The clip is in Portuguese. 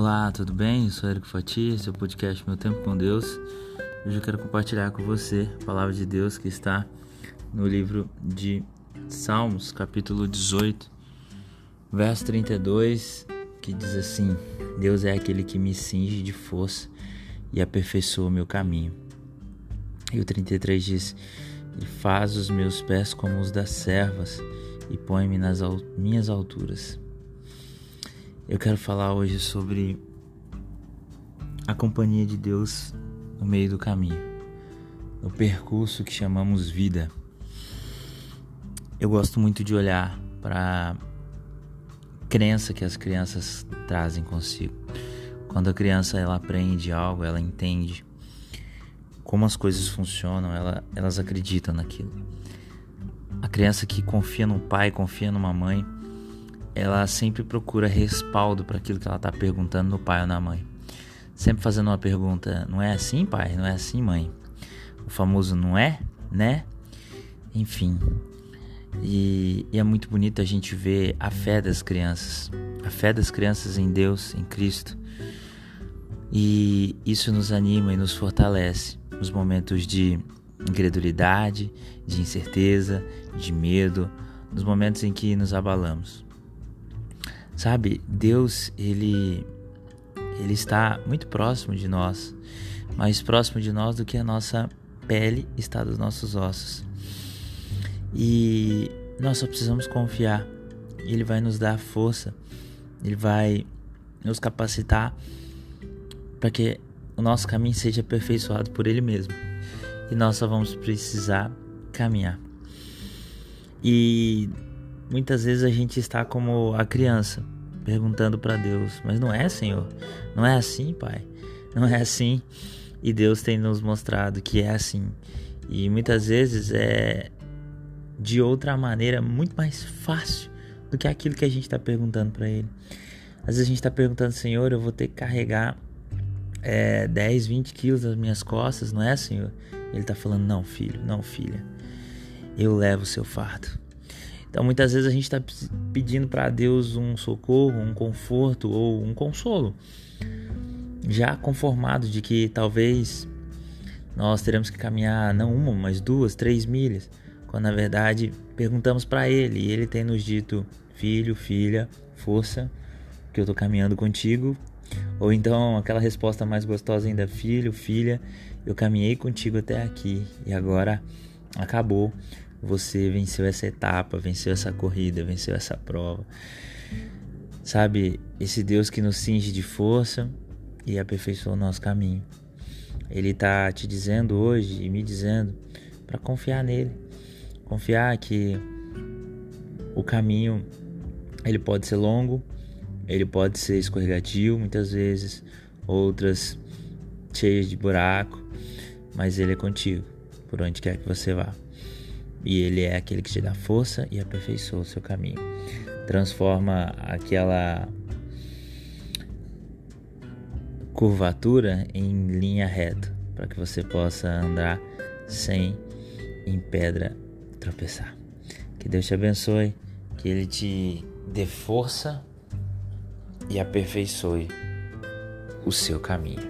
Olá, tudo bem? Eu sou Érico Fati, esse é o podcast Meu Tempo com Deus. Hoje eu quero compartilhar com você a palavra de Deus que está no livro de Salmos, capítulo 18, verso 32, que diz assim: Deus é aquele que me cinge de força e aperfeiçoa o meu caminho. E o 33 diz: Ele faz os meus pés como os das servas e põe-me nas minhas alturas. Eu quero falar hoje sobre a companhia de Deus no meio do caminho, no percurso que chamamos vida. Eu gosto muito de olhar para a crença que as crianças trazem consigo. Quando a criança ela aprende algo, ela entende como as coisas funcionam, elas acreditam naquilo. A criança que confia no pai, confia numa mãe, ela sempre procura respaldo para aquilo que ela está perguntando no pai ou na mãe. Sempre fazendo uma pergunta: não é assim, pai? Não é assim, mãe? O famoso não é, né? Enfim. E é muito bonito a gente ver a fé das crianças. A fé das crianças em Deus, em Cristo. E isso nos anima e nos fortalece nos momentos de incredulidade, de incerteza, de medo, nos momentos em que nos abalamos. Sabe, Deus, ele está muito próximo de nós, mais próximo de nós do que a nossa pele está dos nossos ossos. E nós só precisamos confiar. Ele vai nos dar força, Ele vai nos capacitar para que o nosso caminho seja aperfeiçoado por Ele mesmo. E nós só vamos precisar caminhar. E muitas vezes a gente está como a criança, perguntando para Deus: mas não é, Senhor? Não é assim, Pai? Não é assim? E Deus tem nos mostrado que é assim. E muitas vezes é de outra maneira muito mais fácil do que aquilo que a gente está perguntando para Ele. Às vezes a gente está perguntando: Senhor, eu vou ter que carregar 10, 20 quilos das minhas costas, não é, Senhor? Ele está falando: não, filho, não, filha, eu levo o seu fardo. Então muitas vezes a gente está pedindo para Deus um socorro, um conforto ou um consolo, já conformado de que talvez nós teremos que caminhar não uma, mas 2, 3 milhas, quando na verdade perguntamos para Ele e Ele tem nos dito: filho, filha, força, que eu estou caminhando contigo. Ou então aquela resposta mais gostosa ainda: filho, filha, eu caminhei contigo até aqui e agora acabou. Você venceu essa etapa, venceu essa corrida, venceu essa prova. Sabe, esse Deus que nos cinge de força e aperfeiçoa o nosso caminho. Ele está te dizendo hoje e me dizendo para confiar nele. Confiar que o caminho ele pode ser longo, ele pode ser escorregadio muitas vezes, outras cheias de buraco, mas ele é contigo por onde quer que você vá. E Ele é aquele que te dá força e aperfeiçoa o seu caminho. Transforma aquela curvatura em linha reta, para que você possa andar sem em pedra tropeçar. Que Deus te abençoe, que Ele te dê força e aperfeiçoe o seu caminho.